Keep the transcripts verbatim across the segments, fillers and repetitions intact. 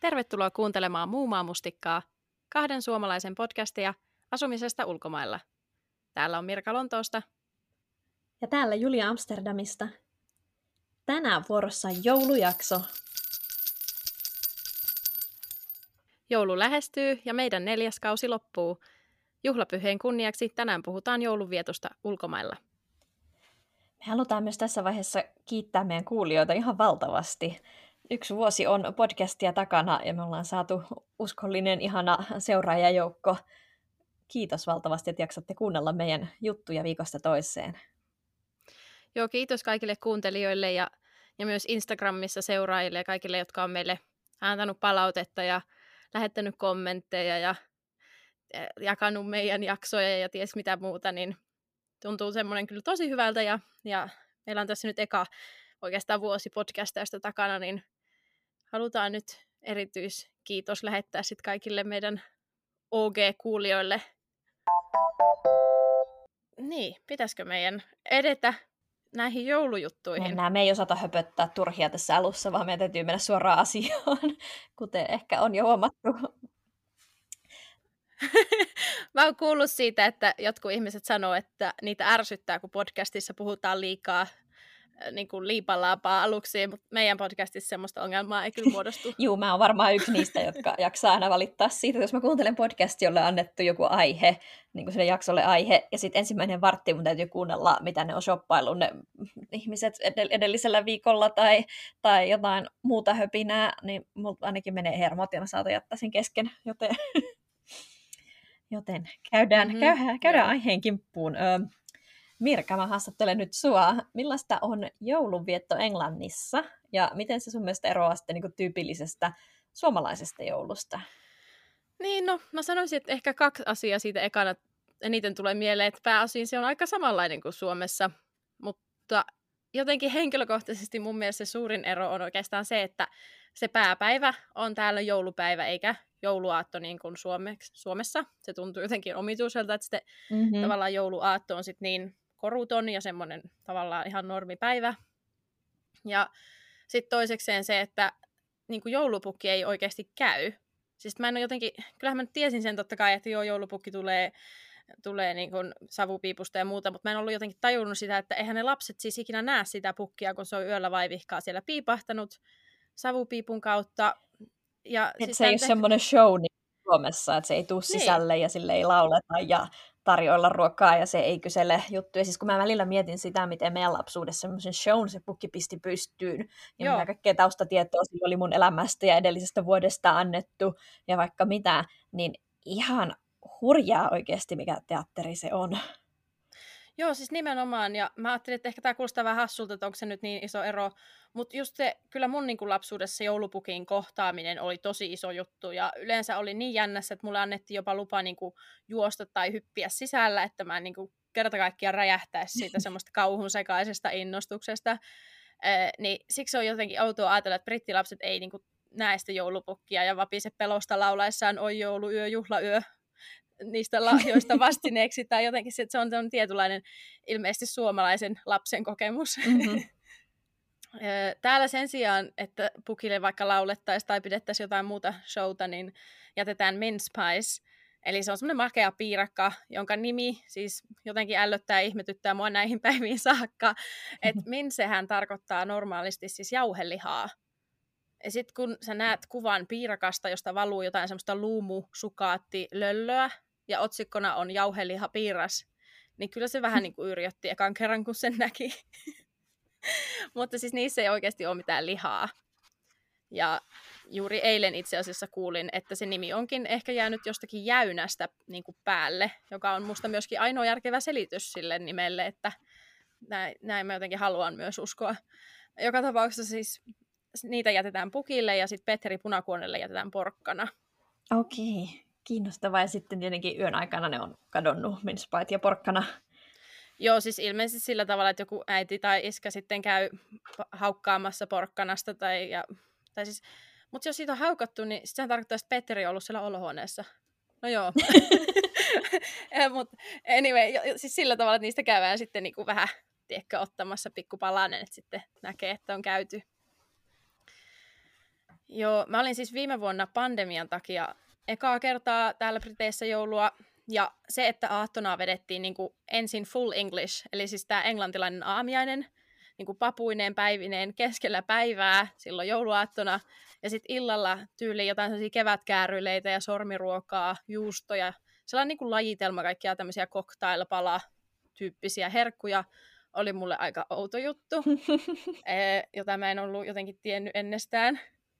Tervetuloa kuuntelemaan Muumaamustikkaa, kahden suomalaisen podcastia asumisesta ulkomailla. Täällä on Mirka Lontoosta. Ja täällä Julia Amsterdamista. Tänään vuorossa on joulujakso. Joulu lähestyy ja meidän neljäs kausi loppuu. Juhlapyhien kunniaksi tänään puhutaan joulunvietosta ulkomailla. Me halutaan myös tässä vaiheessa kiittää meidän kuulijoita ihan valtavasti. Yksi vuosi on podcastia takana ja me ollaan saatu uskollinen, ihana seuraajajoukko. Kiitos valtavasti, että jaksatte kuunnella meidän juttuja viikosta toiseen. Joo, kiitos kaikille kuuntelijoille ja, ja myös Instagramissa seuraajille ja kaikille, jotka on meille antanut palautetta ja lähettänyt kommentteja ja jakanut meidän jaksoja ja ties mitä muuta, niin tuntuu semmoinen kyllä tosi hyvältä ja, ja meillä on tässä nyt eka oikeastaan vuosi podcastista takana, niin halutaan nyt erityiskiitos lähettää sitten kaikille meidän O G-kuulijoille. Niin, pitäisikö meidän edetä näihin joulujuttuihin? Mennään. Me ei osata höpöttää turhia tässä alussa, vaan meidän täytyy mennä suoraan asiaan, kuten ehkä on jo huomattu. Mä oon kuullut siitä, että jotkut ihmiset sanoo, että niitä ärsyttää, kun podcastissa puhutaan liikaa niin kuin liipalaapaa aluksi, mutta meidän podcastissa semmoista ongelmaa ei kyllä muodostu. Juu, mä oon varmaan yksi niistä, jotka jaksaa aina valittaa siitä, jos mä kuuntelen podcastia, jolle on annettu joku aihe, niin kuin sille jaksolle aihe, ja sitten ensimmäinen vartti mun täytyy kuunnella, mitä ne on shoppaillut ne ihmiset edellisellä viikolla tai, tai jotain muuta höpinää, niin multa ainakin menee hermot ja mä saatan jättää sen kesken, joten, joten käydään, mm-hmm. käydään, käydään aiheen kimppuun. Ö, Mirka, mä haastattelen nyt sua. Millaista on joulunvietto Englannissa ja miten se sun mielestä eroaa sitten niin kuin tyypillisestä suomalaisesta joulusta? Niin, no mä sanoisin, että ehkä kaksi asiaa siitä ekana eniten tulee mieleen, että pääosin se on aika samanlainen kuin Suomessa, mutta jotenkin henkilökohtaisesti mun mielestä se suurin ero on oikeastaan se, että se pääpäivä on täällä joulupäivä eikä jouluaatto niin kuin Suomessa. Se tuntuu jotenkin omituiselta, että sitten mm-hmm. tavallaan jouluaatto on sitten niin koruton ja semmoinen tavallaan ihan normipäivä. Ja sitten toisekseen se, että niin kuin joulupukki ei oikeasti käy. Siis mä en ole jotenkin, kyllähän mä nyt tiesin sen totta kai, että joo, joulupukki tulee, tulee niin kuin savupiipusta ja muuta, mutta mä en ollut jotenkin tajunnut sitä, että eihän ne lapset siis ikinä näe sitä pukkia, kun se on yöllä vaivihkaa siellä piipahtanut savupiipun kautta. Ja siis se ei ole te... semmoinen show niin Suomessa, että se ei tule niin sisälle ja sille ei lauleta ja tarjoilla ruokaa ja se ei kysele juttuja. Siis kun mä välillä mietin sitä, miten meidän lapsuudessa semmoisen shown se pukki pisti pystyyn ja mitä kaikkea taustatietoa sillä oli mun elämästä ja edellisestä vuodesta annettu ja vaikka mitä, niin ihan hurjaa oikeasti mikä teatteri se on. Joo, siis nimenomaan, ja mä ajattelin, että ehkä tämä kuulostaa vähän hassulta, että onko se nyt niin iso ero, mutta just se, kyllä mun niin kuin lapsuudessa joulupukin kohtaaminen oli tosi iso juttu, ja yleensä oli niin jännässä, että mulle annettiin jopa lupa niin kuin juosta tai hyppiä sisällä, että mä niin kuin kerta kaikkiaan räjähtäisi siitä semmoista kauhun sekaisesta innostuksesta, ee, niin siksi on jotenkin outoa ajatella, että brittilapset ei niin kuin näe sitä joulupukkia, ja vapise pelosta laulaessaan oi jouluyö, juhlayö, niistä lahjoista vastineeksi, tai jotenkin se, se on, se on tietynlainen ilmeisesti suomalaisen lapsen kokemus. Mm-hmm. Täällä sen sijaan, että pukille vaikka laulettaisiin tai pidettäisiin jotain muuta showta, niin jätetään mince pies. Eli se on semmoinen makea piirakka, jonka nimi siis jotenkin ällöttää ja ihmetyttää mua näihin päiviin saakka. Että mincehän tarkoittaa normaalisti siis jauhelihaa. Ja sitten kun sä näet kuvan piirakasta, josta valuu jotain semmoista luumusukaattilöllöä, ja otsikkona on jauhelihapiiras, niin kyllä se vähän niin kuin yrjötti ekan kerran, kun sen näki. Mutta siis niissä ei oikeasti ole mitään lihaa. Ja juuri eilen itse asiassa kuulin, että se nimi onkin ehkä jäänyt jostakin jäynästä niin kuin päälle, joka on musta myöskin ainoa järkevä selitys sille nimelle, että näin, näin mä jotenkin haluan myös uskoa. Joka tapauksessa siis niitä jätetään pukille ja sitten Petteri Punakuonelle jätetään porkkana. Okei, kiinnostavaa. Ja sitten tietenkin yön aikana ne on kadonnut, mince piet ja porkkana. Joo, siis ilmeisesti sillä tavalla, että joku äiti tai iskä sitten käy haukkaamassa porkkanasta. Tai, ja, tai siis, mutta jos siitä on haukattu, niin sehän tarkoittaa, että Petteri on ollut siellä olohuoneessa. No joo. Mutta anyway, siis sillä tavalla, että niistä käydään sitten niinku vähän tiedätkö, ottamassa pikkupalanen, että sitten näkee, että on käyty. Joo, mä olin siis viime vuonna pandemian takia ekaa kertaa täällä Briteissä joulua, ja se, että aattona vedettiin niin kuin ensin full English, eli siis tämä englantilainen aamiainen, niin kuin papuineen päivineen keskellä päivää silloin jouluaattona, ja sitten illalla tyyliin jotain sellaisia kevätkääryleitä ja sormiruokaa, juustoja, sellainen niin kuin lajitelma, kaikkia tämmöisiä cocktailpala-tyyppisiä herkkuja, oli mulle aika outo juttu, jota mä en ollut jotenkin tiennyt ennestään.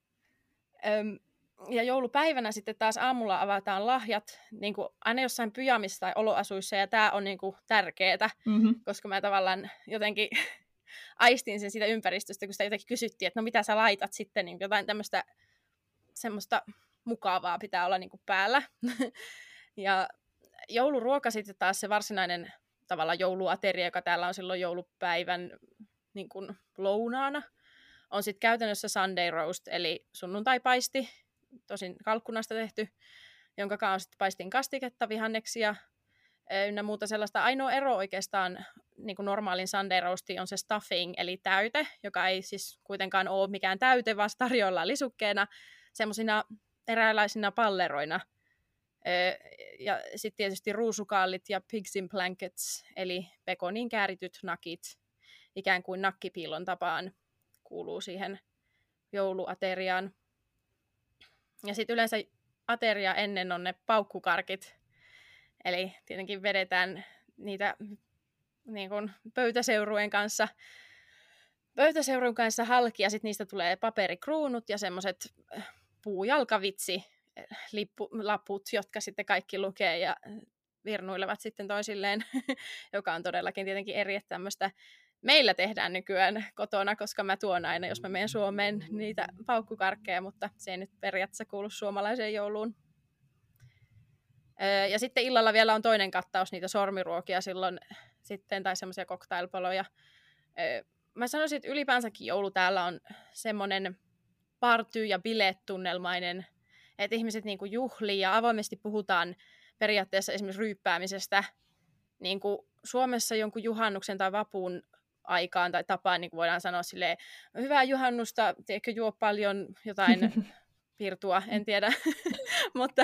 Ja joulupäivänä sitten taas aamulla avataan lahjat niin kuin aina jossain pyjamissa tai oloasuissa, ja tämä on niin kuin tärkeetä, mm-hmm. koska mä tavallaan jotenkin aistin sen siitä ympäristöstä, kun sitä jotenkin kysyttiin, että no mitä sä laitat sitten, niin jotain tämmöistä semmoista mukavaa pitää olla niin kuin päällä. Ja jouluruoka sitten taas se varsinainen tavallaan jouluateria, joka täällä on silloin joulupäivän niin kuin lounaana, on sitten käytännössä Sunday roast, eli sunnuntaipaisti, tosin kalkkunasta tehty, jonka kanssa sitten paistin kastiketta, vihanneksia ynnä muuta sellaista. Ainoa ero oikeastaan niin kuin normaalin Sunday roastiin on se stuffing, eli täyte, joka ei siis kuitenkaan ole mikään täyte, vaan tarjoillaan lisukkeena semmoisina eräänlaisina palleroina. Ja sitten tietysti ruusukaallit ja pigs in blankets, eli pekonin käärityt nakit, ikään kuin nakkipiilon tapaan kuuluu siihen jouluateriaan. Ja sitten yleensä ateria ennen on ne paukkukarkit, eli tietenkin vedetään niitä niin kun pöytäseurujen kanssa, pöytäseurun kanssa halki, ja sitten niistä tulee paperikruunut ja semmoiset puujalkavitsi lippu, laput, jotka sitten kaikki lukee ja virnuilevat sitten toisilleen, joka on todellakin tietenkin eri, että tämmöistä meillä tehdään nykyään kotona, koska mä tuon aina, jos mä menen Suomeen, niitä paukkukarkkeja, mutta se ei nyt periaatteessa kuulu suomalaiseen jouluun. Ja sitten illalla vielä on toinen kattaus niitä sormiruokia silloin sitten, tai semmoisia cocktailpaloja. Mä sanoisin, että ylipäänsäkin joulu täällä on semmoinen party- ja biletunnelmainen, että ihmiset niinku juhlii ja avoimesti puhutaan periaatteessa esimerkiksi ryyppäämisestä. Niin kuin Suomessa jonkun juhannuksen tai vapun aikaan tai tapaan niin kuin voidaan sanoa silleen, hyvää juhannusta, teekö juo paljon jotain pirtua, en tiedä, mutta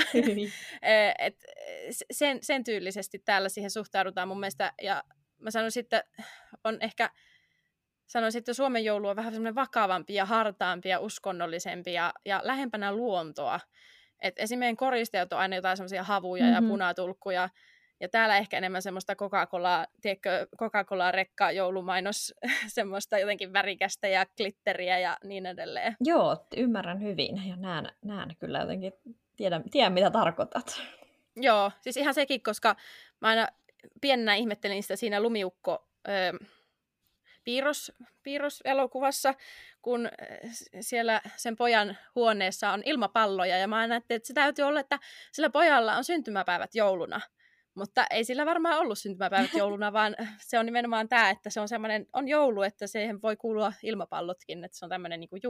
et, sen, sen tyylisesti täällä siihen suhtaudutaan mun mielestä, ja mä sanoisin, että on ehkä, sanoisin, että Suomen joulu on vähän semmoinen vakavampi ja hartaampi ja uskonnollisempi ja, ja lähempänä luontoa, et esimerkiksi koristeet on aina jotain semmoisia havuja mm-hmm. ja punatulkkuja, ja täällä ehkä enemmän semmoista Coca-Colaa, tiedätkö, Coca-Cola-rekka joulumainos, semmoista jotenkin värikästä ja glitteriä ja niin edelleen. Joo, ymmärrän hyvin ja näen, näen kyllä jotenkin, tiedän, tiedän mitä tarkoitat. Joo, siis ihan sekin, koska mä aina pienenä ihmettelin sitä siinä Lumiukko öö, piirros, piirroselokuvassa, kun siellä sen pojan huoneessa on ilmapalloja, ja mä aina ajattelin, että se täytyy olla, että sillä pojalla on syntymäpäivät jouluna. Mutta ei sillä varmaan ollut syntymäpäivät jouluna, vaan se on nimenomaan tämä, että se on semmoinen, on joulu, että siihen voi kuulua ilmapallotkin, että se on tämmöinen niin kuin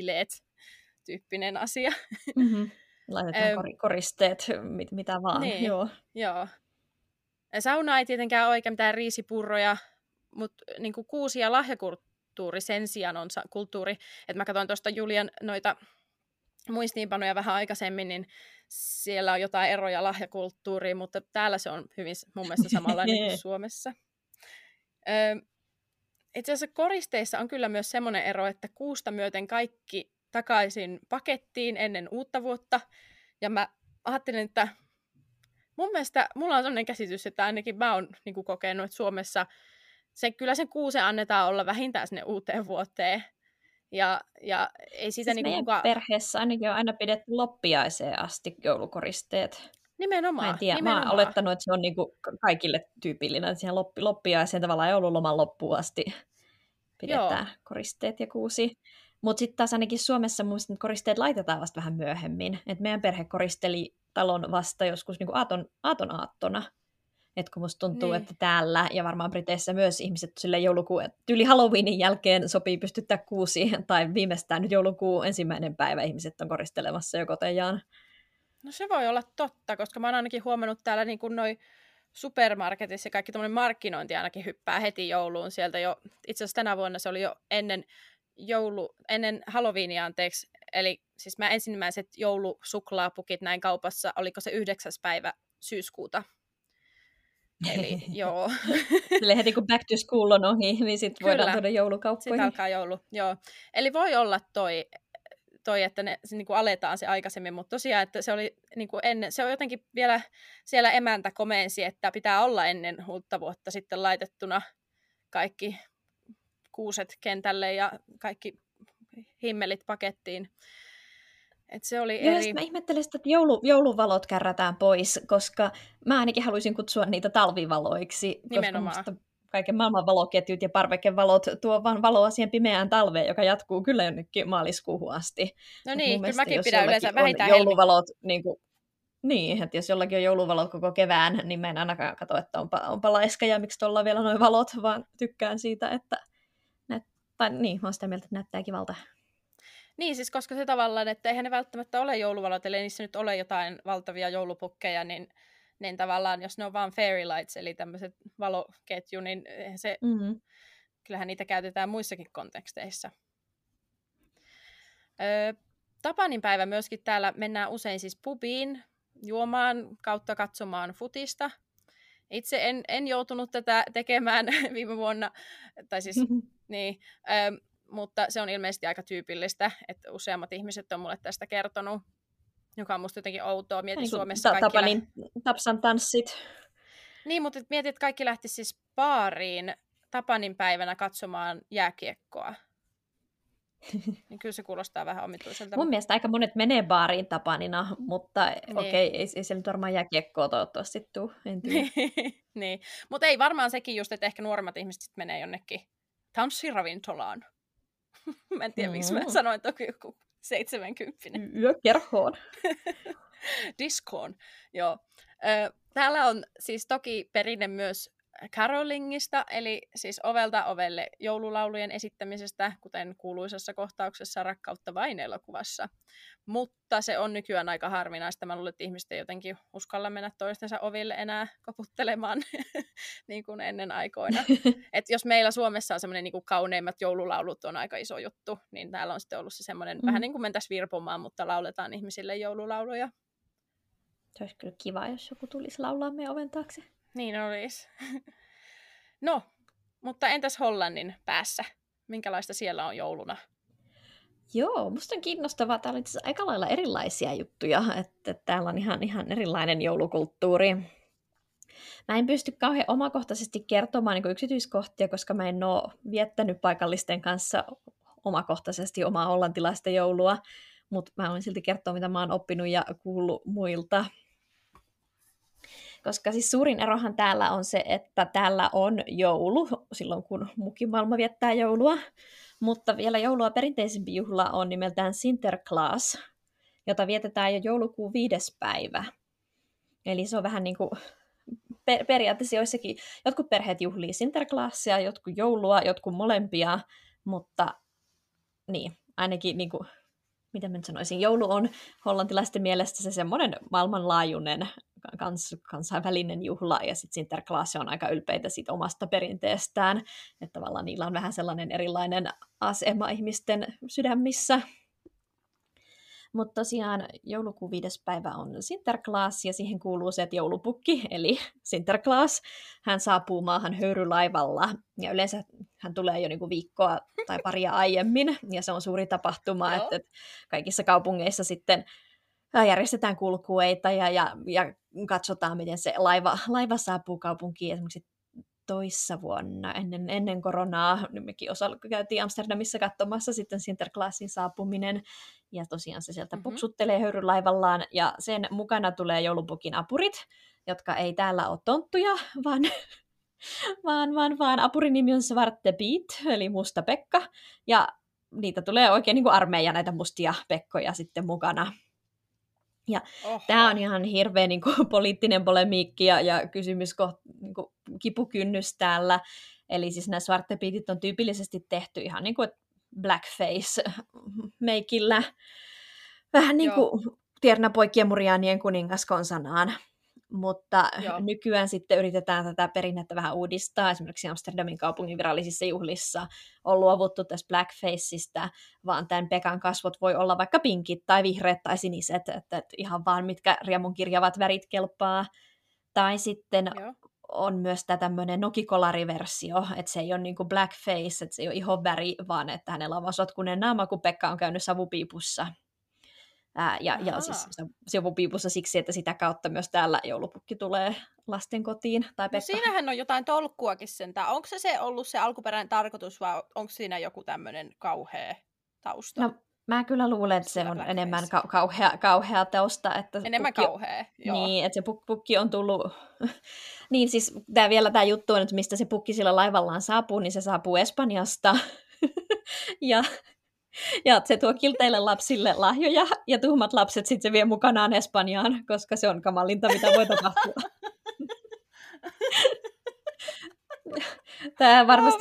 juhlabileet-tyyppinen asia. Mm-hmm. Laitetaan kor- koristeet, mit, mitä vaan. Niin, joo. joo. Sauna ei tietenkään ole eikä mitään riisipurroja, mutta niin kuin kuusi- ja lahjakulttuuri sen sijaan on kulttuuri. Että mä katsoin tuosta Julian noita muistiinpanoja vähän aikaisemmin, niin siellä on jotain eroja lahjakulttuuriin, mutta täällä se on hyvin mun mielestä samanlainen kuin Suomessa. Öö, itse asiassa koristeissa on kyllä myös semmoinen ero, että kuusta myöten kaikki takaisin pakettiin ennen uutta vuotta. Ja mä ajattelin, että mun mielestä mulla on sellainen käsitys, että ainakin mä oon niin kuin kokenut, että Suomessa se, kyllä sen kuusen annetaan olla vähintään sinne uuteen vuoteen. Ja, ja ei siitä siis niinku meidän kuka... perheessä ainakin on aina pidetty loppiaiseen asti joulukoristeet. Nimenomaan. Mä en tiedä, nimenomaan. mä oon olettanut, että se on niinku kaikille tyypillinen, että siihen loppi, loppiaiseen tavallaan joululoman loppuun asti pidetään Joo. koristeet ja kuusi. Mutta sitten taas ainakin Suomessa mun mielestä koristeet laitetaan vasta vähän myöhemmin. Et meidän perhe koristeli talon vasta joskus niinku aaton, aaton aattona. Että kun musta tuntuu, niin. että täällä ja varmaan Briteissä myös ihmiset sille joulukuun, tyyli Halloweenin jälkeen sopii pystyttää kuusi, tai viimeistään nyt joulukuun ensimmäinen päivä ihmiset on koristelemassa jo kotejaan. No se voi olla totta, koska mä oon ainakin huomannut täällä niin kuin noi supermarketissa ja kaikki tommoinen markkinointi ainakin hyppää heti jouluun sieltä jo. Itse asiassa tänä vuonna se oli jo ennen joulu, ennen Halloweenia anteeksi, eli siis mä ensimmäiset joulusuklaapukit näin kaupassa, oliko se yhdeksäs päivä syyskuuta. Eli joo. Sille heti kun back to school on ohi, niin sitten voidaan tuoda joulukauppoihin. Sitten alkaa joulu, joo. Eli voi olla toi, toi että ne, se, niin kuin aletaan se aikaisemmin, mutta tosiaan, että se oli niin kuin ennen, se on jotenkin vielä siellä emäntä komensi, että pitää olla ennen uutta vuotta sitten laitettuna kaikki kuuset kentälle ja kaikki himmelit pakettiin. Et se oli Joo, eri... mä ihmettelen sitä, että joulu, jouluvalot kärrätään pois, koska mä ainakin haluaisin kutsua niitä talvivaloiksi, Nimenomaan. koska musta kaiken maailman valoketjut ja parvekevalot tuo vaan valoa siihen pimeään talveen, joka jatkuu kyllä jonnekin maaliskuuhun asti. No niin, kyllä mäkin jos pidän yleensä vähintään jouluvalot, niin, kuin, niin, että jos jollakin on jouluvalot koko kevään, niin mä en ainakaan katso, että onpa, onpa laiska ja miksi tuolla on vielä nuo valot, vaan tykkään siitä, että näyt, tai niin, olen sitä mieltä, että näyttää kivalta. Niin, siis koska se tavallaan, että eihän ne välttämättä ole jouluvalot, eli niissä nyt ole jotain valtavia joulupukkeja, niin, niin tavallaan, jos ne on vaan fairy lights, eli tämmöiset valoketju, niin se, mm-hmm. kyllähän niitä käytetään muissakin konteksteissa. Öö, Tapanin päivä myöskin täällä mennään usein siis pubiin juomaan kautta katsomaan futista. Itse en, en joutunut tätä tekemään viime vuonna, tai siis mm-hmm. niin... Öö, mutta se on ilmeisesti aika tyypillistä, että useammat ihmiset on mulle tästä kertonut, joka on musta jotenkin outoa. Mietin niin Suomessa ta- kaikki... Tapanin lä- Tapsan tanssit. Niin, mutta mietin, että kaikki lähti siis baariin Tapanin päivänä katsomaan jääkiekkoa. Niin kyllä se kuulostaa vähän omituiselta. Mun mielestä aika monet menee baariin Tapanina, mutta niin. okei, ei, ei siellä nyt varmaan jääkiekkoa toivottavasti tule, en tiedä. Niin, mutta ei varmaan sekin just, että ehkä nuoremmat ihmiset sit menee jonnekin tanssiravintolaan. Mä en tiedä, mm. miksi mä sanoin toki joku seitsemänkymppinen. Yökerhoon. Diskoon, joo. Täällä on siis toki perinne myös carolingista, eli siis ovelta ovelle joululaulujen esittämisestä, kuten kuuluisassa kohtauksessa Rakkautta vain -elokuvassa. Mutta se on nykyään aika harvinaista. Mä luulen, että ihmiset ei jotenkin uskalla mennä toistensa oville enää koputtelemaan niin kuin ennen aikoina. Et jos meillä Suomessa on semmoinen niin kuin kauneimmat joululaulut on aika iso juttu, niin täällä on sitten ollut se semmoinen, mm. vähän niin kuin mentäisiin virpomaan, mutta lauletaan ihmisille joululauluja. Se olisi kyllä kiva, jos joku tulisi laulaa meidän oven taakse. Niin olisi. No, mutta entäs Hollannin päässä? Minkälaista siellä on jouluna? Joo, musta on kiinnostavaa. Täällä on itse asiassa aika lailla erilaisia juttuja, että täällä on ihan, ihan erilainen joulukulttuuri. Mä en pysty kauhean omakohtaisesti kertomaan niin kuin yksityiskohtia, koska mä en ole viettänyt paikallisten kanssa omakohtaisesti omaa hollantilaista joulua, mutta mä voin silti kertoa, mitä mä oon oppinut ja kuullut muilta. Koska siis suurin erohan täällä on se, että täällä on joulu silloin, kun muukin maailma viettää joulua. Mutta vielä joulua perinteisempi juhla on nimeltään Sinterklaas, jota vietetään jo joulukuun viides päivä. Eli se on vähän niin kuin per- periaatteessa joissakin, jotkut perheet juhlii Sinterklaasia, jotkut joulua, jotkut molempia, mutta niin, ainakin niin kuin, mitä mä nyt sanoisin, joulu on hollantilaisten mielestä se semmoinen maailmanlaajuinen kans, kansainvälinen juhla, ja sitten Sinterklaas on aika ylpeitä siitä omasta perinteestään, että tavallaan niillä on vähän sellainen erilainen asema ihmisten sydämissä. Mutta tosiaan joulukuun viides päivä on Sinterklaas, ja siihen kuuluu se, että joulupukki, eli Sinterklaas, hän saapuu maahan höyrylaivalla, ja yleensä hän tulee jo niinku viikkoa tai paria aiemmin, ja se on suuri tapahtuma, että, että kaikissa kaupungeissa sitten järjestetään kulkueita ja, ja, ja katsotaan, miten se laiva, laiva saapuu kaupunkiin. Esimerkiksi toissa vuonna ennen, ennen koronaa, niin mekin osalla käytiin Amsterdamissa katsomassa sitten Sinterklaasin saapuminen. Ja tosiaan se sieltä mm-hmm. puksuttelee höyrylaivallaan. Ja sen mukana tulee joulupukin apurit, jotka ei täällä ole tonttuja, vaan, vaan, vaan, vaan apurin nimi on Svarte Piet, eli Musta Pekka. Ja niitä tulee oikein niin kuin armeija näitä mustia pekkoja sitten mukana. Ja tämä on ihan hirveä niin kuin, poliittinen polemiikki ja, ja kysymys, niin kuin, kipukynnys täällä. Eli siis nämä Svarte Pietit on tyypillisesti tehty ihan niin kuin blackface-meikillä. Vähän niin kuin Tierna poikien Murjaanien kuningas konsanaan. Mutta Joo. nykyään sitten yritetään tätä perinnettä vähän uudistaa. Esimerkiksi Amsterdamin kaupungin virallisissa juhlissa on luovuttu tästä blackfaceista, vaan tämän Bekan kasvot voi olla vaikka pinkit tai vihreät tai siniset, että, että ihan vaan mitkä riemunkirjavat värit kelpaa. Tai sitten Joo. on myös tämä tämmöinen nokikolariversio, että se ei ole niin kuin blackface, että se ei ole ihon väri, vaan että hänellä on vaan sotkunen naama, kun Pekka on käynyt savupiipussa. Ää, ja, ja siis savupiipussa siksi, että sitä kautta myös täällä joulupukki tulee lasten kotiin. Tai Pekka. No siinähän on jotain tolkkuakin sentään. Onko se, se ollut se alkuperäinen tarkoitus vai onko siinä joku tämmöinen kauhea tausta? No mä kyllä luulen, että se on enemmän ka- kauhea, kauhea tausta. Että enemmän pukki, kauhea, joo. Niin, että se puk- pukki on tullut... niin siis tää vielä tämä juttu on, että mistä se pukki sillä laivallaan saapuu, niin se saapuu Espanjasta. ja... Ja se tuo kilteille lapsille lahjoja, ja tuhmat lapset sitten se vie mukanaan Espanjaan, koska se on kamalinta, mitä voi tapahtua. Tämä varmasti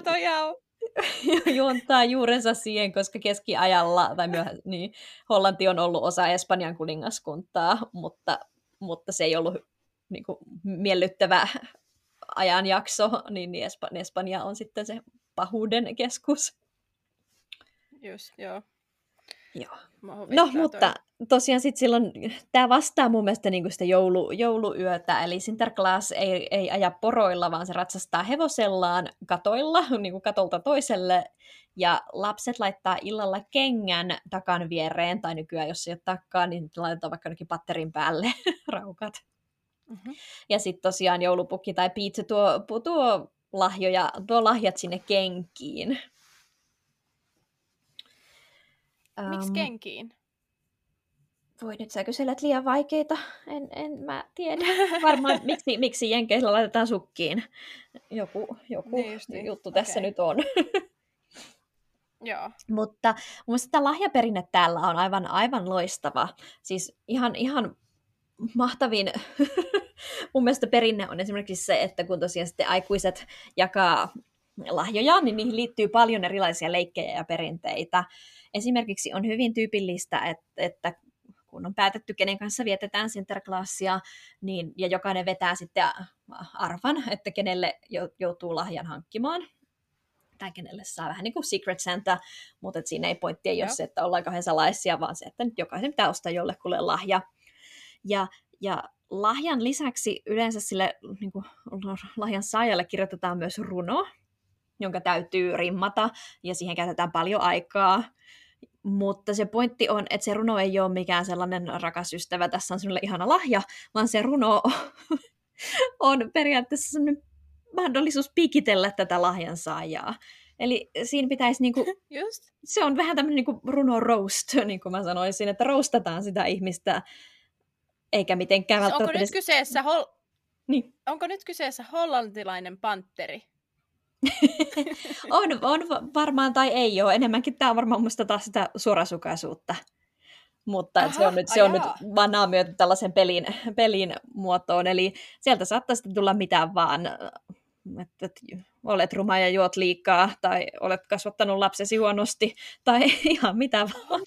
juontaa juurensa siihen, koska keskiajalla, tai myöhemmin, niin Hollanti on ollut osa Espanjan kuningaskuntaa, mutta, mutta se ei ollut niin kuin, miellyttävä ajanjakso, niin, niin Espanja on sitten se pahuuden keskus. Just, joo. Joo. No, mutta toi. Tosiaan sitten silloin, tämä vastaa mun mielestä niinku sitä joulu, jouluyötä, eli Sinterklaas ei, ei aja poroilla, vaan se ratsastaa hevosellaan katoilla, niinku katolta toiselle, ja lapset laittaa illalla kengän takan viereen, tai nykyään jos ei ole takkaa, niin laitetaan vaikka jonnekin patterin päälle raukat. Mm-hmm. Ja sitten tosiaan joulupukki tai Pete tuo, tuo, lahjoja, tuo lahjat sinne kenkiin. Miksi kenkiin? Voi nyt sä kyselet liian vaikeita. En, en mä tiedä. Varmaan miksi, miksi Jenkeillä laitetaan sukkiin. Joku, joku niin juttu okay. Tässä nyt on. Joo. Mutta mun mielestä tämä lahjaperinne täällä on aivan, aivan loistava. Siis ihan, ihan mahtavin mun mielestä perinne on esimerkiksi se, että kun tosiaan sitten aikuiset jakaa lahjoja, niin niihin liittyy paljon erilaisia leikkejä ja perinteitä. Esimerkiksi on hyvin tyypillistä, että, että kun on päätetty, kenen kanssa vietetään Sinterklaasia, niin, ja jokainen vetää sitten arvan, että kenelle joutuu lahjan hankkimaan. Tai kenelle saa vähän niin kuin Secret Santa, mutta siinä ei pointti ei ole se, että ollaan kauhean salaisia, vaan se, että nyt jokaisen pitää ostaa jollekulle lahja. Ja, ja lahjan lisäksi yleensä sille niin kuin lahjan saajalle kirjoitetaan myös runo, jonka täytyy rimmata, ja siihen käytetään paljon aikaa. Mutta se pointti on, että se runo ei ole mikään sellainen rakas ystävä, tässä on sinulle ihana lahja, vaan se runo on periaatteessa sellainen mahdollisuus pikitellä tätä lahjan saajaa. Eli siinä pitäisi, niinku, Just. se on vähän tämmöinen niinku runo roast, niin kuin mä sanoisin, että roastataan sitä ihmistä, eikä mitenkään siis välttämättä... Onko nyt, kyseessä hol... niin. onko nyt kyseessä hollantilainen pantteri? on, on varmaan tai ei ole. Enemmänkin tämä on varmaan musta taas sitä suorasukaisuutta. Mutta Aha, se on nyt, se on nyt vaan naamioitu tällaisen pelin, pelin muotoon. Eli sieltä saattaa sitten tulla mitään vaan, että, että olet ruma ja juot liikaa, tai olet kasvattanut lapsesi huonosti, tai ihan mitä vaan.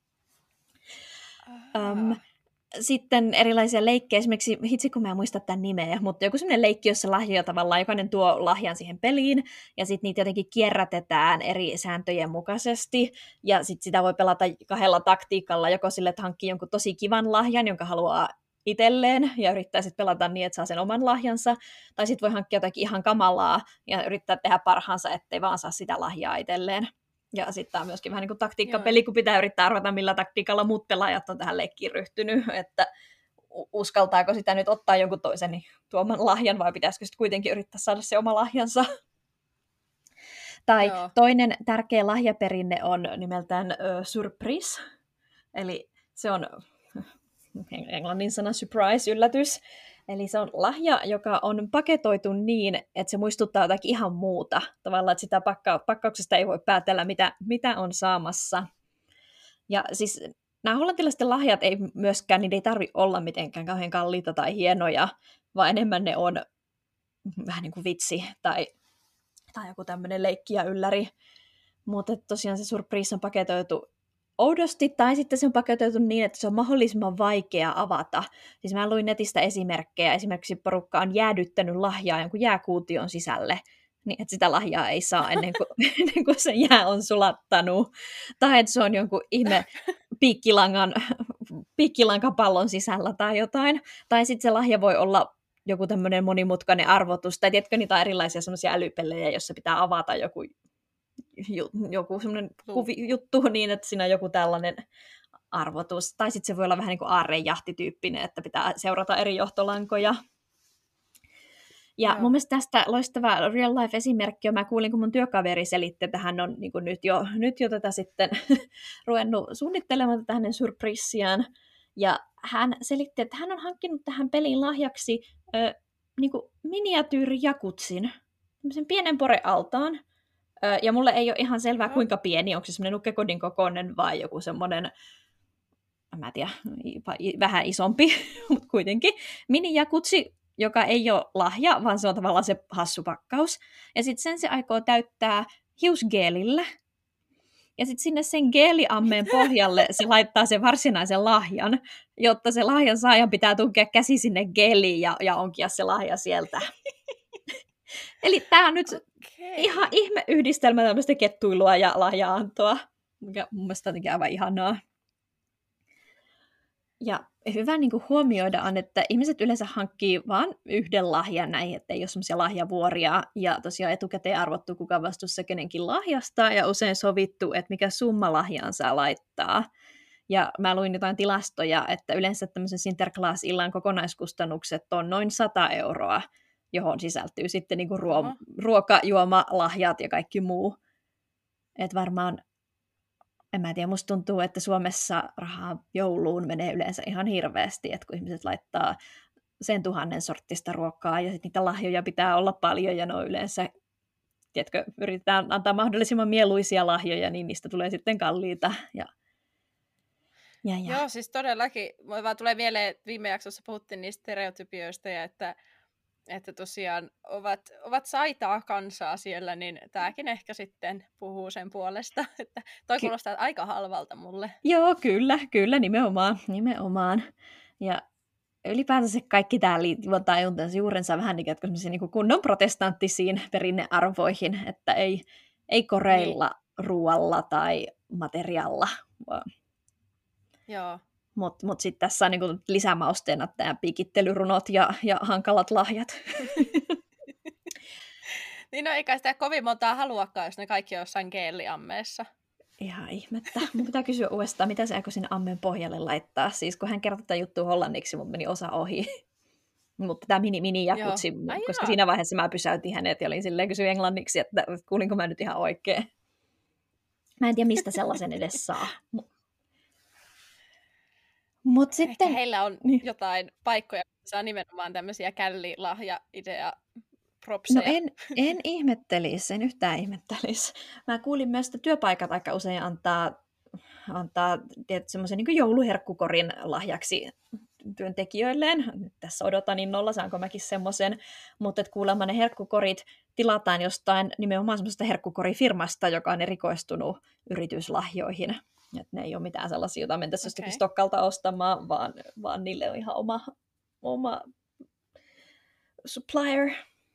Um, Sitten erilaisia leikkejä, esimerkiksi, hitsi kun mä en muista tämän nimeä, mutta joku sellainen leikki, jossa lahjoja tavallaan, jokainen tuo lahjan siihen peliin, ja sitten niitä jotenkin kierrätetään eri sääntöjen mukaisesti, ja sitten sitä voi pelata kahdella taktiikalla, joko sille, että hankkii jonkun tosi kivan lahjan, jonka haluaa itselleen, ja yrittää sitten pelata niin, että saa sen oman lahjansa, tai sitten voi hankkia jotakin ihan kamalaa, ja yrittää tehdä parhaansa, ettei vaan saa sitä lahjaa itselleen. Ja sitten tämä on myöskin vähän niin kuin taktiikkapeli, kun pitää yrittää arvata, millä taktiikalla muut pelaajat on tähän leikkiin ryhtynyt, että uskaltaako sitä nyt ottaa jonkun toisen niin tuoman lahjan, vai pitäisikö sitten kuitenkin yrittää saada se oma lahjansa. Tai Joo. toinen tärkeä lahjaperinne on nimeltään uh, surprise, eli se on englannin sana surprise, yllätys. Eli se on lahja, joka on paketoitu niin, että se muistuttaa jotakin ihan muuta. Tavallaan, että sitä pakka- pakkauksesta ei voi päätellä, mitä, mitä on saamassa. Ja siis nämä hollantilaisten lahjat ei myöskään, niin ei tarvitse olla mitenkään kauhean kalliita tai hienoja, vaan enemmän ne on vähän niin kuin vitsi tai, tai joku tämmöinen leikki ja ylläri. Mutta tosiaan se surprise on paketoitu oudosti, tai sitten se on paketoitu niin, että se on mahdollisimman vaikea avata. Siis mä luin netistä esimerkkejä, esimerkiksi porukka on jäädyttänyt lahjaa jonkun jääkuution sisälle, niin että sitä lahjaa ei saa ennen kuin, ennen kuin se jää on sulattanut. Tai että se on jonkun ihme piikkilangan, piikkilankapallon sisällä tai jotain. Tai sitten se lahja voi olla joku tämmöinen monimutkainen arvotus, tai tiedätkö, niitä on erilaisia semmoisia älypellejä, jossa pitää avata joku, joku semmoinen kuvi, juttu niin, että siinä on joku tällainen arvotus. Tai sitten se voi olla vähän niin kuin aarrejahtityyppinen, että pitää seurata eri johtolankoja. Ja no. mun mielestä tästä loistava real life esimerkki, mä kuulin, kun mun työkaveri selitti, että hän on niin kuin nyt, jo, nyt jo tätä sitten ruvennut suunnittelemaan tätä hänen surprissiaan. Ja hän selitti, että hän on hankkinut tähän peliin lahjaksi ö, niin kuin miniatyyrijakutsin, tämmöisen pienen porealtaan. Ö, ja mulle ei ole ihan selvää, no. kuinka pieni, onko se semmoinen nukkekodin kokoinen vai joku semmoinen, mä en tiedä, vähän isompi, mutta kuitenkin. Minijakutsi, joka ei ole lahja, vaan se on tavallaan se hassu pakkaus. Ja sitten sen se aikoo täyttää hiusgeelillä. Ja sitten sinne sen geeliammeen pohjalle se laittaa sen varsinaisen lahjan, jotta se lahjan saajan pitää tunkea käsi sinne geeliin ja, ja onkia se lahja sieltä. Eli tämä on nyt okay. ihan ihme yhdistelmä tämmöistä kettuilua ja lahja-antoa, mikä mun mielestä on aivan ihanaa. Ja hyvä niin kuin huomioida on, että ihmiset yleensä hankkii vain yhden lahjan näihin, että ei ole semmoisia lahjavuoria. Ja tosiaan etukäteen arvottu, kuka on vastuussa kenenkin lahjasta, ja usein sovittu, että mikä summa lahjaan saa laittaa. Ja mä luin jotain tilastoja, että yleensä tämmöisen Sinterklaas-illan kokonaiskustannukset on noin sata euroa, johon sisältyy sitten niin kuin ruo- ruoka, juoma, lahjat ja kaikki muu. Että varmaan... En mä tiedä, musta tuntuu, että Suomessa rahaa jouluun menee yleensä ihan hirveästi, että kun ihmiset laittaa sen tuhannen sorttista ruokaa ja sitten niitä lahjoja pitää olla paljon ja ne on yleensä, tiedätkö, yritetään antaa mahdollisimman mieluisia lahjoja, niin niistä tulee sitten kalliita. Ja, ja, ja. Joo, siis todellakin. Moi vaan tulee mieleen, että viime jaksossa puhuttiin niistä stereotypioista ja että että tosiaan ovat, ovat saitaa kansaa siellä, niin tämäkin ehkä sitten puhuu sen puolesta, että toi kuulostaa Ky- aika halvalta mulle. Joo, kyllä, kyllä, nimenomaan, nimenomaan. Ja ylipäätänsä kaikki tämä juontaa juurensa vähän niin kuin kunnon protestanttisiin perinnearvoihin, että ei, ei koreilla niin. ruoalla tai materiaalla, vaan... Joo. Mutta mut sitten tässä on niinku lisämausteena tämä piikittelyrunot ja, ja hankalat lahjat. Niin no eikä sitä kovin montaa haluakaan, jos ne kaikki on jossain geeliammeessa. Ihan ihmettä. Mun pitää kysyä uudestaan, mitä se aikoi sinne ammeen pohjalle laittaa. Siis kun hän kertoi tätä juttua hollanniksi, mutta meni osa ohi. Mutta tämä mini, mini jakutsi, koska joo. siinä vaiheessa mä pysäytin hänet ja olin silleen kysyä englanniksi, että kuulinko mä nyt ihan oikein. Mä en tiedä, mistä sellaisen edes saa. Mut Ehkä sitten... heillä on niin. jotain paikkoja, missä on nimenomaan tämmöisiä källilahja-idea-propseja. No en, en ihmettelisi, en yhtään ihmettelisi. Mä kuulin myös, että työpaikat aika usein antaa, antaa semmoisen niin jouluherkkukorin lahjaksi työntekijöilleen. Nyt tässä odotan innolla, saanko mäkin semmoisen. Mutta kuulemma ne herkkukorit tilataan jostain nimenomaan semmoisesta herkkukorifirmasta, joka on erikoistunut yrityslahjoihin. Että ne ei ole mitään sellaisia, joita mentäisiin okay. jostakin Stokkalta ostamaan, vaan, vaan niille on ihan oma, oma supplier.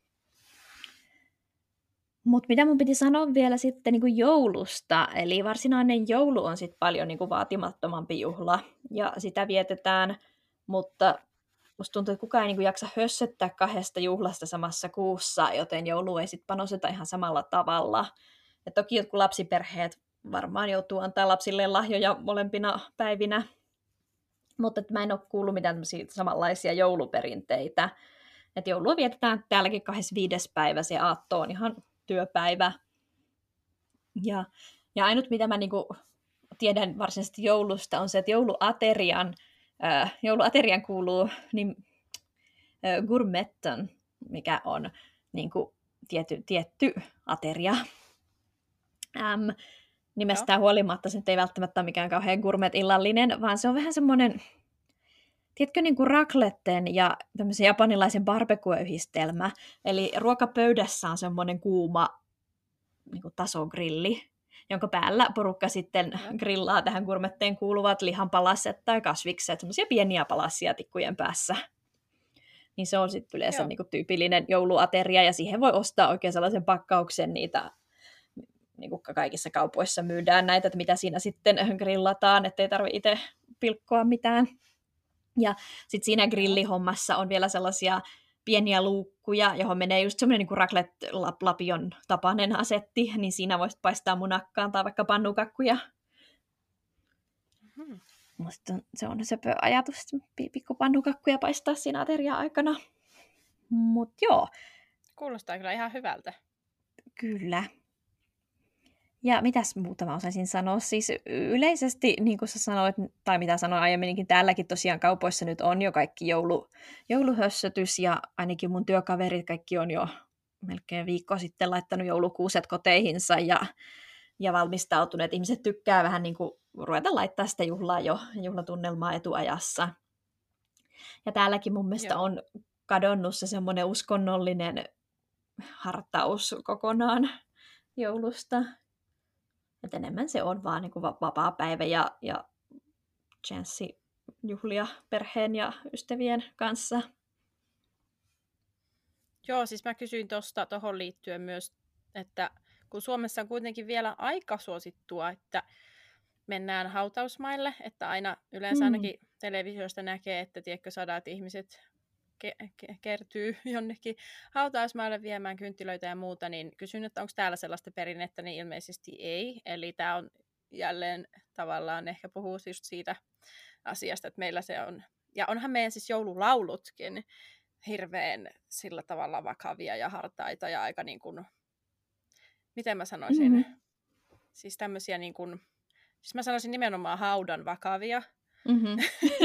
Mutta mitä mun piti sanoa vielä sitten niin kuin joulusta, eli varsinainen joulu on sitten paljon niin kuin vaatimattomampi juhla, ja sitä vietetään, mutta musta tuntuu, että kukaan ei niin kuin jaksa hössöttää kahdesta juhlasta samassa kuussa, joten joulu ei sitten panoseta ihan samalla tavalla. Ja toki jotkut lapsiperheet varmaan joutuu antaa lapsille lahjoja molempina päivinä, mutta mä en ole kuullut mitään samanlaisia jouluperinteitä. Et joulua vietetään täälläkin kahdeskymmenesviides päivä, se aatto on ihan työpäivä. Ja, ja ainut, mitä mä niinku tiedän varsinaisesti joulusta, on se, että jouluaterian, äh, jouluaterian kuuluu niin, äh, gourmetten, mikä on niinku tietty, tietty ateria. Ähm, Nimestään huolimatta se ei välttämättä ole mikään kauhean gourmet-illallinen, vaan se on vähän semmoinen, tiedätkö, niin kuin racletten ja tämmöisen japanilaisen barbecue-yhdistelmä. Eli ruokapöydässä on semmoinen kuuma niin kuin tasogrilli. jonka päällä porukka sitten Kyllä. grillaa tähän gourmetteen kuuluvat lihanpalasset tai kasvikset, semmoisia pieniä palassia tikkujen päässä. Niin se on sitten yleensä Joo. niinku tyypillinen jouluateria, ja siihen voi ostaa oikein sellaisen pakkauksen niitä, niin kuin kaikissa kaupoissa myydään näitä, että mitä siinä sitten grillataan, ettei tarvitse itse pilkkoa mitään. Ja sitten siinä grillihommassa on vielä sellaisia pieniä luukkuja, johon menee just semmoinen niin kuin raclette-lapion tapainen asetti, niin siinä voisit paistaa munakkaan tai vaikka pannukakkuja. Hmm. Musta se on se ajatus, pikku pannukakkuja paistaa siinä aterian aikana. Mut joo. Kuulostaa kyllä ihan hyvältä. Kyllä. Ja mitäs muuta mä osaisin sanoa? Siis yleisesti, niin kuin sä sanoit, tai mitä sanoin aiemminkin, täälläkin tosiaan kaupoissa nyt on jo kaikki joulu, jouluhössötys, ja ainakin mun työkaverit kaikki on jo melkein viikko sitten laittanut joulukuuset koteihinsa, ja, ja valmistautuneet. Ihmiset tykkää vähän niin kuin ruveta laittaa sitä juhlaa jo, juhlatunnelmaa etuajassa. Ja täälläkin mun mielestä Joo. on kadonnut se semmoinen uskonnollinen hartaus kokonaan joulusta. Et enemmän se on vaan niinku vapaa päivä ja, ja chanssi juhlia perheen ja ystävien kanssa. Joo, siis mä kysyin tuosta tuohon liittyen myös, että kun Suomessa on kuitenkin vielä aika suosittua, että mennään hautausmaille, että aina yleensä Mm. ainakin televisiosta näkee, että tiedätkö, sadat ihmiset ke- ke- kertyy jonnekin hautausmaille viemään kynttilöitä ja muuta, niin kysyn, että onko täällä sellaista perinnettä, niin ilmeisesti ei. Eli tämä on jälleen tavallaan ehkä puhuu just siitä asiasta, että meillä se on, ja onhan meidän siis joululaulutkin hirveän sillä tavalla vakavia ja hartaita ja aika niin kuin, miten mä sanoisin, Mm-hmm. siis tämmöisiä niin kuin, siis mä sanoisin nimenomaan haudan vakavia, Mm-hmm.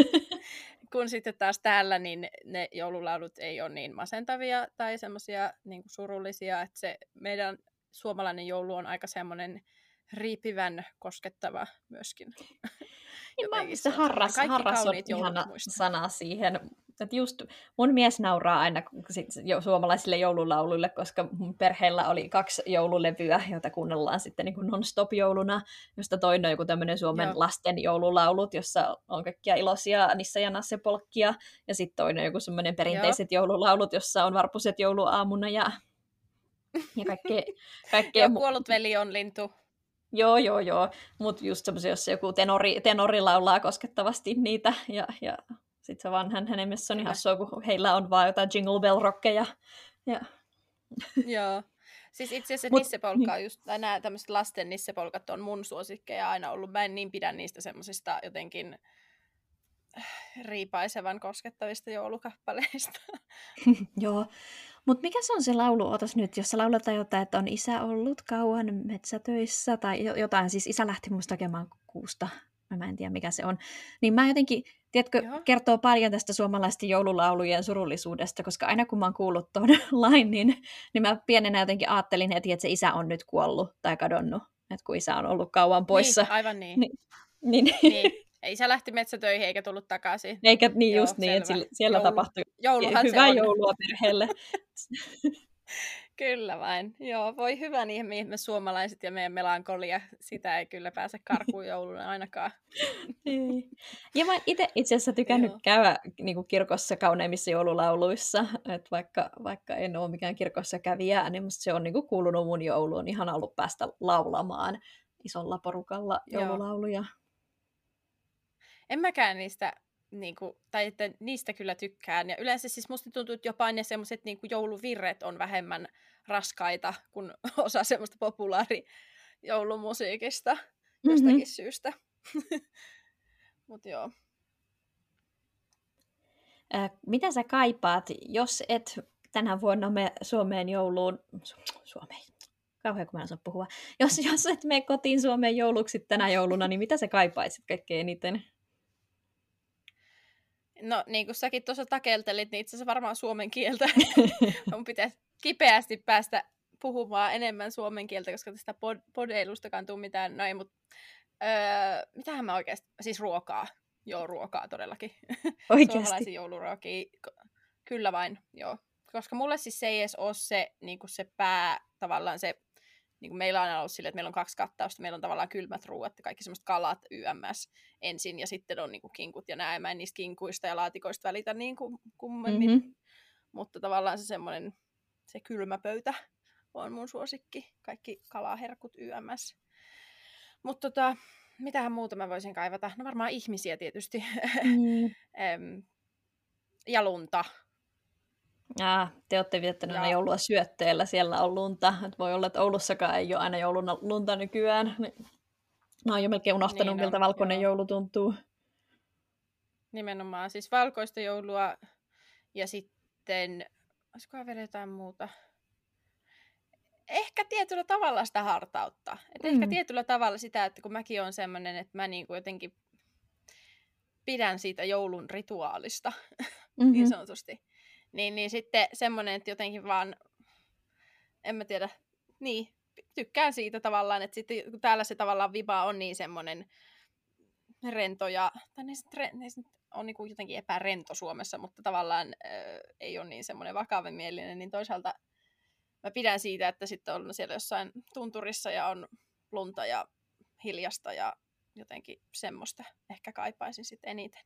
kun sitten taas täällä niin ne joululaulut ei ole niin masentavia tai semmoisia niin kuin surullisia, että se meidän suomalainen joulu on aika semmoinen riipivän koskettava myöskin. Niin mä Jotenkin se se on harras, semmoinen kaikki harras on kauniit joulut ihana muistaa. sana siihen. Et just mun mies nauraa aina sit jo suomalaisille joululauluille, koska mun perheellä oli kaksi joululevyä, joita kuunnellaan sitten niin kuin non-stop jouluna, josta toinen on joku tämmöinen Suomen Joo. lasten joululaulut, jossa on kaikkia iloisia Nissa ja Nasse polkkia, ja sitten toinen on joku semmoinen perinteiset joululaulut, jossa on varpuset jouluaamuna ja, ja kaikkea. kaikkea Joo, mu- kuollut veli on lintu. Joo, joo, joo. Mutta just semmoisia, jos joku tenori, tenori laulaa koskettavasti niitä, ja, ja sitten se vanhan hänen mielessä on Kyllä. ihan hassua, kun heillä on vaan jotain Jingle Bell-rockeja. Ja... Joo. Siis itse asiassa Mut, nissepolkkaa just, tai nämä tämmöiset lasten nissepolkat on mun suosikkeja aina ollut. Mä en niin pidä niistä semmoisista jotenkin riipaisevan koskettavista joulukappaleista. Joo. Mutta mikä se on se laulu, ootas nyt, jos sä lauletaan jotain, että on isä ollut kauan metsätöissä, tai jotain, siis isä lähti musta hakemaan kuusta, mä en tiedä mikä se on, niin mä jotenkin, tiedätkö, Joo. kertoo paljon tästä suomalaisten joululaulujen surullisuudesta, koska aina kun mä oon kuullut ton lain, niin, niin mä pienenä jotenkin ajattelin heti, että se isä on nyt kuollut tai kadonnut, että kun isä on ollut kauan poissa. Niin, aivan niin. Niin, niin. niin. Isä lähti metsätöihin eikä tullut takaisin. Eikä niin Joo, just niin, että selvä. siellä Joulu- tapahtui Jouluhan hyvää se on. joulua perheelle. Kyllä vain. Joo, voi hyvä niin, me suomalaiset ja meidän melankolia. Sitä ei kyllä pääse karkuun jouluna ainakaan. Ei. Ja mä itse itse asiassa tykännyt Joo. käydä niin kuin kirkossa kauneimmissa joululauluissa, että vaikka, vaikka en ole mikään kirkossa kävijä, niin musta se on niin kuin kuulunut mun jouluun. Ihan ollut päästä laulamaan isolla porukalla joululauluja. En mäkään niistä, niinku, tai että niistä kyllä tykkään. Ja yleensä siis musta tuntuu, että jopa ne semmoiset niinku jouluvirret on vähemmän raskaita kuin osa semmoista populaari joulumusiikista jostakin Mm-hmm. syystä. Mut joo. Äh, mitä sä kaipaat, jos et tänä vuonna me Suomeen jouluun... Su- Suomeen. Kauhean, kun mä en osaa puhua. Jos, jos et mene kotiin Suomeen jouluksi tänä jouluna, niin mitä sä kaipaisit kaikkein eniten? No niin kuin säkin tuossa takeltelit, niin itse asiassa varmaan suomen kieltä. Mun pitäisi kipeästi päästä puhumaan enemmän suomen kieltä, koska tästä pod- podeilustakaan tuu mitään. No ei, mutta öö, mitähän mä oikeasti... Siis ruokaa. Joo, ruokaa todellakin. Oikeasti. Suomalaisia jouluruokia. Kyllä vain, joo. Koska mulle siis se ei edes ole se, niin kuin se pää, tavallaan se niin kuin meillä on aina ollut silleen, että meillä on kaksi kattausta, meillä on tavallaan kylmät ruuat ja kaikki semmoiset kalat yms ensin, ja sitten on niin kuin kinkut ja näin, mä en niistä kinkuista ja laatikoista välitä niin kuin kummemmin, Mm-hmm. mutta tavallaan se semmoinen, se kylmä pöytä on mun suosikki, kaikki kalaherkut yms. Mutta tota, mitähän muuta mä voisin kaivata? No varmaan ihmisiä tietysti. Mm. Ja lunta. Ah, te olette viettänyt Ja... aina joulua syötteellä, siellä on lunta. Et voi olla, että Oulussakaan ei ole aina jouluna lunta nykyään. Mä oon jo melkein unohtanut, niin on, miltä valkoinen joo. joulu tuntuu. Nimenomaan, siis valkoista joulua ja sitten, olisikohan vielä jotain muuta? Ehkä tietyllä tavalla sitä hartautta. Et mm. Ehkä tietyllä tavalla sitä, että kun mäkin olen semmoinen, että mä niinku jotenkin pidän siitä joulun rituaalista, mm-hmm. niin sanotusti. Niin, niin sitten semmoinen, että jotenkin vaan, en mä tiedä, niin, tykkään siitä tavallaan, että sitten kun täällä se tavallaan viba on niin semmoinen rento ja, tai ne sitten on niin kuin jotenkin epärento Suomessa, mutta tavallaan äh, ei ole niin semmoinen vakavamielinen, niin toisaalta mä pidän siitä, että sitten on siellä jossain tunturissa ja on lunta ja hiljasta ja jotenkin semmoista ehkä kaipaisin sitten eniten.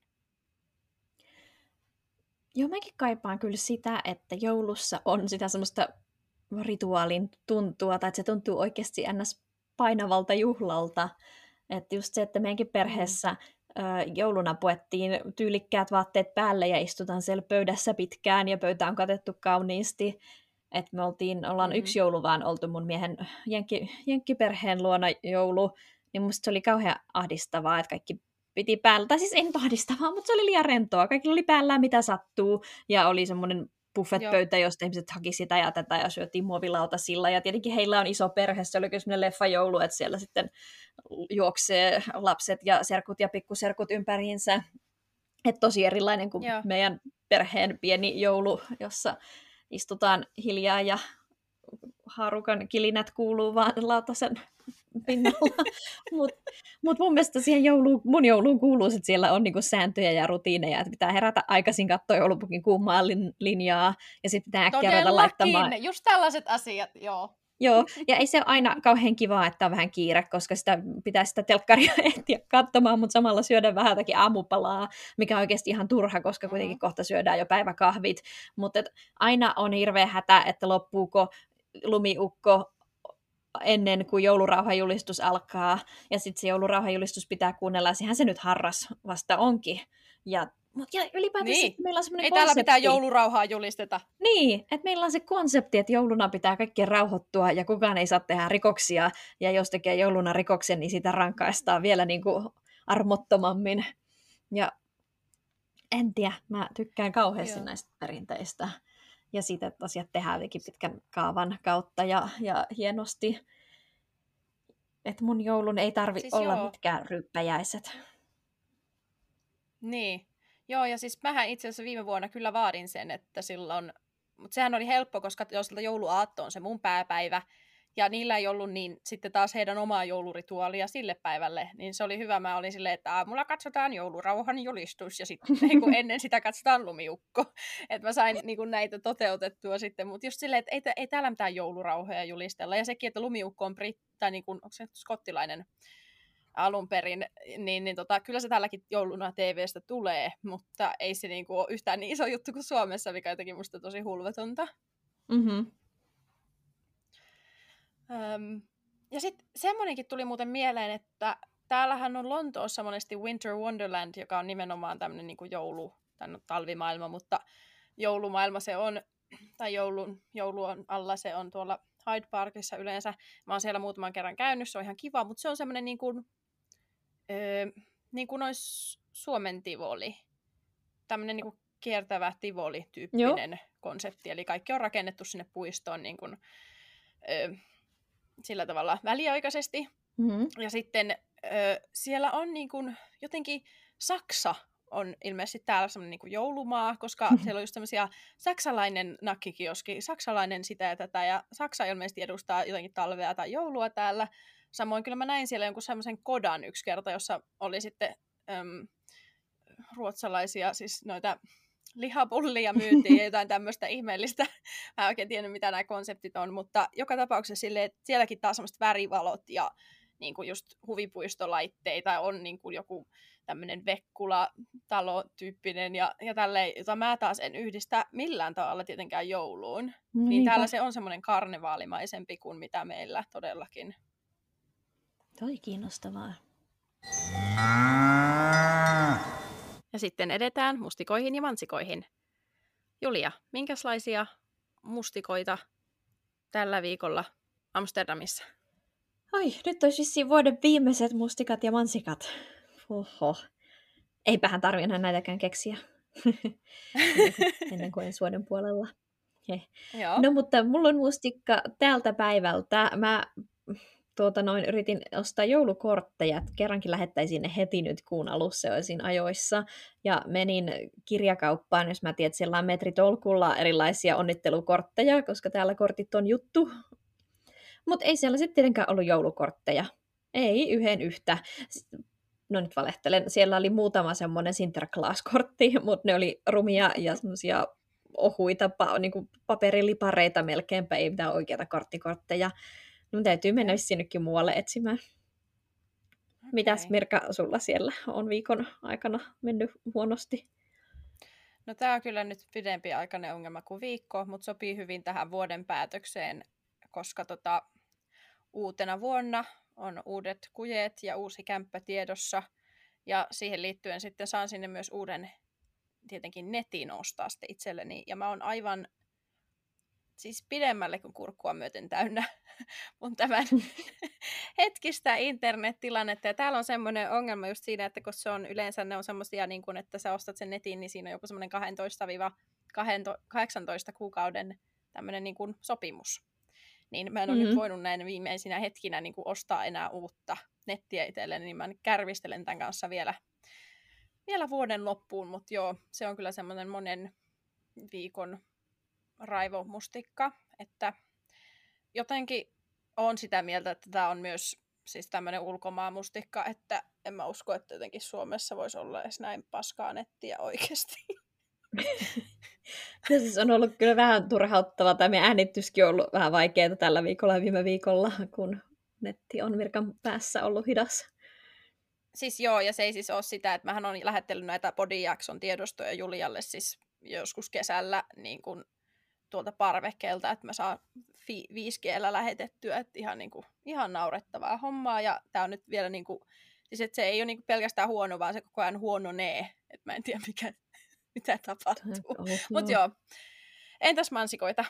Joo, mäkin kaipaan kyllä sitä, että joulussa on sitä semmoista rituaalin tuntua, tai että se tuntuu oikeasti ns. Painavalta juhlalta. Että just se, että meidänkin perheessä mm. ö, jouluna puettiin tyylikkäät vaatteet päälle ja istutaan siellä pöydässä pitkään ja pöytä on katettu kauniisti. Että me oltiin, ollaan mm. yksi joulu vaan oltu mun miehen jenkki, jenkkiperheen luona joulu, niin musta se oli kauhean ahdistavaa, että kaikki piti päällä, tai siis ei nyt ahdistavaa, mutta se oli liian rentoa. Kaikilla oli päällään mitä sattuu, ja oli semmoinen buffetpöytä, josta ihmiset haki sitä ja tätä, ja syötiin muovilautasilla, ja tietenkin heillä on iso perhe, se oli kyllä semmoinen leffajoulu, että siellä sitten juoksee lapset ja serkut ja pikkuserkut ympäriinsä. Että tosi erilainen kuin Joo. meidän perheen pieni joulu, jossa istutaan hiljaa ja haarukan kilinät kuuluu vaan lautasen pinnalla. Mutta mut mun mielestä siihen jouluun, mun jouluun kuuluu, että siellä on niinku sääntöjä ja rutiineja, että pitää herätä aikaisin katsoa joulupukin kuumaa lin, linjaa ja sitten pitää äkkiä ruveta laittamaan. Just tällaiset asiat, joo. Joo, ja ei se ole aina kauhean kivaa, että on vähän kiire, koska sitä pitää sitä telkkaria ehtiä katsomaan, mutta samalla syödä vähän jotakin aamupalaa, mikä on oikeasti ihan turha, koska kuitenkin mm-hmm. kohta syödään jo päiväkahvit. Mutta aina on hirveä hätä, että loppuuko lumiukko ennen kuin joulurauhajulistus alkaa, ja sitten se joulurauhajulistus pitää kuunnella, ja sehän se nyt harras vasta onkin. Ja Mutta ylipäätään niin. meillä on semmoinen Ei konsepti. täällä pitää joulurauhaa julisteta. Niin, että meillä on se konsepti, että jouluna pitää kaikkien rauhoittua ja kukaan ei saa tehdä rikoksia. Ja jos tekee jouluna rikoksen, niin sitä rankaistaan vielä niin kuin armottomammin. Ja en tiedä, mä tykkään kauheasti Joo. näistä perinteistä. Ja siitä, että asiat tehdään jotenkin pitkän kaavan kautta ja, ja hienosti. Että mun joulun ei tarvi siis olla joo. mitkään ryyppäjäiset. Niin. Joo, ja siis mähän itse asiassa viime vuonna kyllä vaadin sen, että silloin, mutta sehän oli helppo, koska jostain jouluaatto on se mun pääpäivä, ja niillä ei ollut niin sitten taas heidän omaa joulurituaalia sille päivälle, niin se oli hyvä. Mä olin silleen, että aamulla katsotaan joulurauhan julistus, ja sitten niin kuin ennen sitä katsotaan lumiukko. Että mä sain niin kuin näitä toteutettua sitten, mutta just silleen, että ei, ei täällä mitään joulurauhoja julistella, ja sekin, että lumiukko on britti, tai niin kuin, onko se skottilainen, alun perin, niin, niin tota, kyllä se tälläkin jouluna T V:stä tulee, mutta ei se niinku ole yhtään niin iso juttu kuin Suomessa, mikä jotenkin musta tosi hulvatonta. Mm-hmm. Öm, ja sitten semmoinenkin tuli muuten mieleen, että täällähän on Lontoossa monesti Winter Wonderland, joka on nimenomaan tämmöinen niinku joulu, tai no, talvimaailma, mutta joulumaailma se on, tai joulun, joulu on alla se on tuolla Hyde Parkissa yleensä. Mä oon siellä muutaman kerran käynyt, se on ihan kiva, mutta se on semmoinen niin kuin, öö, niin kuin ois Suomen tivoli. Tämmöinen niin kuin kiertävä tivoli-tyyppinen Joo. konsepti. Eli kaikki on rakennettu sinne puistoon niin kuin, öö, sillä tavalla väliaikaisesti. Mm-hmm. Ja sitten öö, siellä on niin kuin, jotenkin Saksa on ilmeisesti täällä semmoinen niin kuin joulumaa, koska siellä on just semmoisia saksalainen nakkikioski, saksalainen sitä ja tätä, ja Saksa ilmeisesti edustaa jotenkin talvea tai joulua täällä. Samoin kyllä mä näin siellä jonkun semmoisen kodan yksi kerta, jossa oli sitten äm, ruotsalaisia, siis noita lihapullia myytiin ja jotain tämmöistä ihmeellistä. Mä en oikein tiennyt, mitä nämä konseptit on, mutta joka tapauksessa silleen, että sielläkin taas semmoiset värivalot ja niin kuin just huvipuistolaitteita on niin kuin joku tämmöinen Vekkula-talo-tyyppinen ja, ja tälleen, jota mä taas en yhdistä millään tavalla tietenkään jouluun. No niin täällä niinpä. se on semmoinen karnevaalimaisempi kuin mitä meillä todellakin. Toi kiinnostavaa. Ja sitten edetään mustikoihin ja mansikoihin. Julia, minkälaisia mustikoita tällä viikolla Amsterdamissa? Oi, nyt olisi vissiin vuoden viimeiset mustikat ja mansikat. Oho. Eipähän tarvi enää näitäkään keksiä. ennen, kuin, ennen kuin ensi vuoden puolella. He. Joo. No mutta mulla on mustikka tältä päivältä. Mä tuota noin, yritin ostaa joulukortteja. Kerrankin lähettäisin ne heti nyt kuun alussa olisin ajoissa. Ja menin kirjakauppaan, jos mä tiedän, että siellä on metritolkulla erilaisia onnittelukortteja, koska täällä kortit on juttu. Mutta ei siellä sitten tietenkään ollut joulukortteja. Ei yhden yhtä. No nyt valehtelen. Siellä oli muutama semmoinen Sinterklaas-kortti, mutta ne oli rumia ja semmoisia ohuita pa- niinku paperilipareita melkeinpä, ei mitään oikeita korttikortteja. No täytyy mennä sinnekin muualle etsimään. Okay. Mitäs Mirka sulla siellä on viikon aikana mennyt huonosti? No tää on kyllä nyt pidempi aikainen ongelma kuin viikko, mutta sopii hyvin tähän vuoden päätökseen, koska tota, uutena vuonna on uudet kujeet ja uusi kämppä tiedossa. Ja siihen liittyen sitten saan sinne myös uuden tietenkin netin ostaa sitten itselleni. Ja mä oon aivan siis pidemmälle kuin kurkkua myöten täynnä mun tämän hetkistä internettilannetta. Ja täällä on semmoinen ongelma just siinä, että kun se on yleensä ne on semmoisia, niin kun, että sä ostat sen netin, niin siinä on joku semmoinen kaksitoista kahdeksantoista kuukauden tämmöinen niin kuin sopimus. Niin mä en ole mm-hmm. nyt voinut näin viimeisinä hetkinä niin kuin ostaa enää uutta nettiä itselleni, niin mä kärvistelen tämän kanssa vielä, vielä vuoden loppuun, mutta joo, se on kyllä semmoinen monen viikon raivomustikka, että jotenkin olen sitä mieltä, että tämä on myös siis tämmöinen ulkomaanmustikka, että en mä usko, että jotenkin Suomessa voisi olla edes näin paskaa nettiä oikeasti. No siis on ollut kyllä vähän turhauttavaa. Tämä meidän äänityskin on ollut vähän vaikeaa tällä viikolla ja viime viikolla, kun netti on Mirkan päässä ollut hidas. Siis joo, ja se ei siis ole sitä, että mähän olen lähettänyt näitä Podijakson tiedostoja Julialle siis joskus kesällä niin kuin tuolta parvekkeelta, että mä saan fi- viisi G:llä lähetettyä, että ihan, niin kuin, ihan naurettavaa hommaa, ja tää on nyt vielä niin kuin, siis että se ei ole niin kuin pelkästään huono, vaan se koko ajan huononee, että mä en tiedä mikä, mitä tapahtuu. Mutta joo, entäs mansikoita?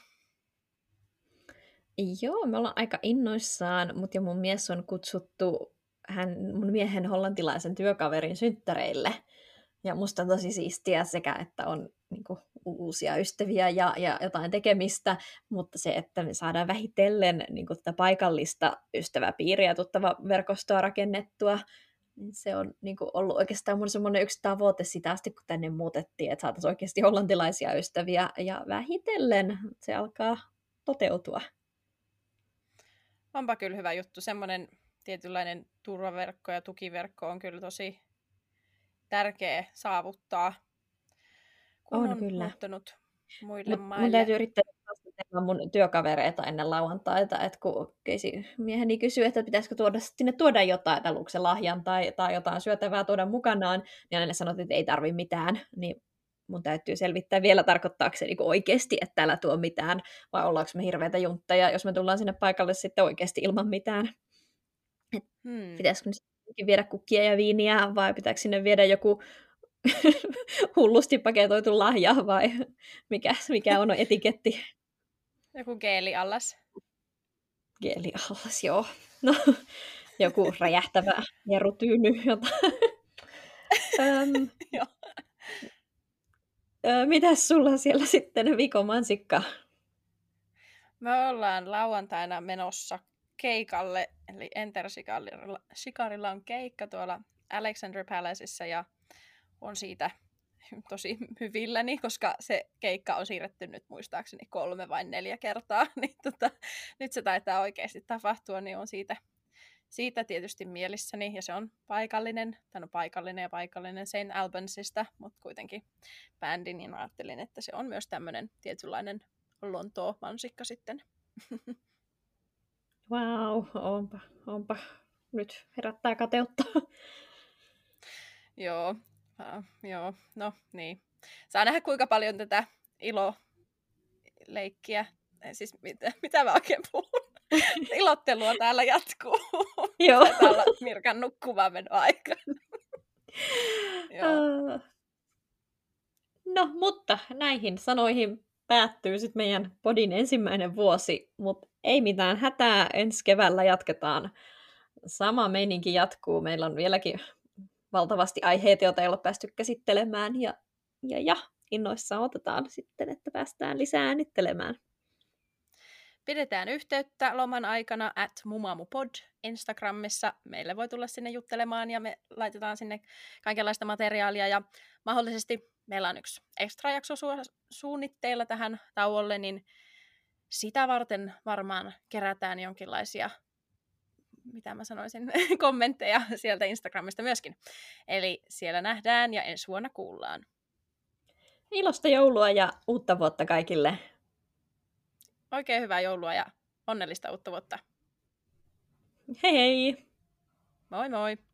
Joo, me ollaan aika innoissaan, mutta jo mun mies on kutsuttu hän, mun miehen hollantilaisen työkaverin synttäreille. Ja musta on tosi siistiä sekä, että on niin kuin, uusia ystäviä ja, ja jotain tekemistä, mutta se, että me saadaan vähitellen niin kuin, tätä paikallista ystäväpiiriä ja tuttava verkostoa rakennettua, niin se on niin kuin, ollut oikeastaan mun semmoinen yksi tavoite sitä asti, kun tänne muutettiin, että saataisiin oikeasti hollantilaisia ystäviä ja vähitellen se alkaa toteutua. Onpa kyllä hyvä juttu. Semmoinen tietynlainen turvaverkko ja tukiverkko on kyllä tosi tärkeä saavuttaa, kun on, on kyllä muuttanut muille Mut maille. Mun täytyy yrittää haastatella mun työkavereita ennen lauantaita, että kun keisi mieheni kysyy, että pitäisikö tuoda, sinne tuoda jotain, että haluatko se lahjan tai, tai jotain syötävää tuoda mukanaan, niin aina sanottiin, että ei tarvi mitään, niin mun täytyy selvittää vielä, tarkoittaako se niinku oikeasti, että täällä tuo mitään, vai ollaanko me hirveitä juntteja, jos me tullaan sinne paikalle sitten oikeasti ilman mitään. Et Hmm. Pitäisikö nyt viedä kukkia ja viiniä, vai pitääkö sinne viedä joku hullusti paketoitu lahja, vai mikä, mikä on etiketti? Joku geeliallas. Geeliallas, joo. No, joku räjähtävä jerutyyny, jotain. Öm, Joo. ö, mitäs sulla siellä sitten viikon mansikka? Me ollaan lauantaina menossa keikalle, eli Enter Shikarilla, Shikarilla on keikka tuolla Alexander Palaceissa ja on siitä tosi hyvilläni, koska se keikka on siirretty nyt muistaakseni kolme vai neljä kertaa, niin tota, nyt se taitaa oikeasti tapahtua, niin on siitä, siitä tietysti mielissäni, ja se on paikallinen, tai no paikallinen ja paikallinen Saint Albansista, mutta kuitenkin bändi, niin ajattelin, että se on myös tämmöinen tietynlainen Lontoo-mansikka sitten. Wow, onpa, onpa. Nyt herättää kateutta. Joo, uh, joo, no niin. Saa nähdä, kuinka paljon tätä iloleikkiä, siis mitä, mitä mä oikein puhun, ilottelua täällä jatkuu. Joo. Taitaa olla Mirkan nukkumaan menon aika. Joo. No, mutta näihin sanoihin päättyy sitten meidän podin ensimmäinen vuosi, mutta ei mitään hätää, ensi keväällä jatketaan. Sama meininki jatkuu, meillä on vieläkin valtavasti aiheita, joita ei ole päästy käsittelemään, ja, ja, ja innoissaan otetaan sitten, että päästään lisää äänittelemään. Pidetään yhteyttä loman aikana at mumamupod Instagramissa. Meille voi tulla sinne juttelemaan ja me laitetaan sinne kaikenlaista materiaalia ja mahdollisesti meillä on yksi ekstra jakso su- suunnitteilla tähän tauolle, niin sitä varten varmaan kerätään jonkinlaisia, mitä mä sanoisin, kommentteja sieltä Instagramista myöskin. Eli siellä nähdään ja ensi vuonna kuullaan. Iloista joulua ja uutta vuotta kaikille. Oikein hyvää joulua ja onnellista uutta vuotta. Hei hei! Moi moi!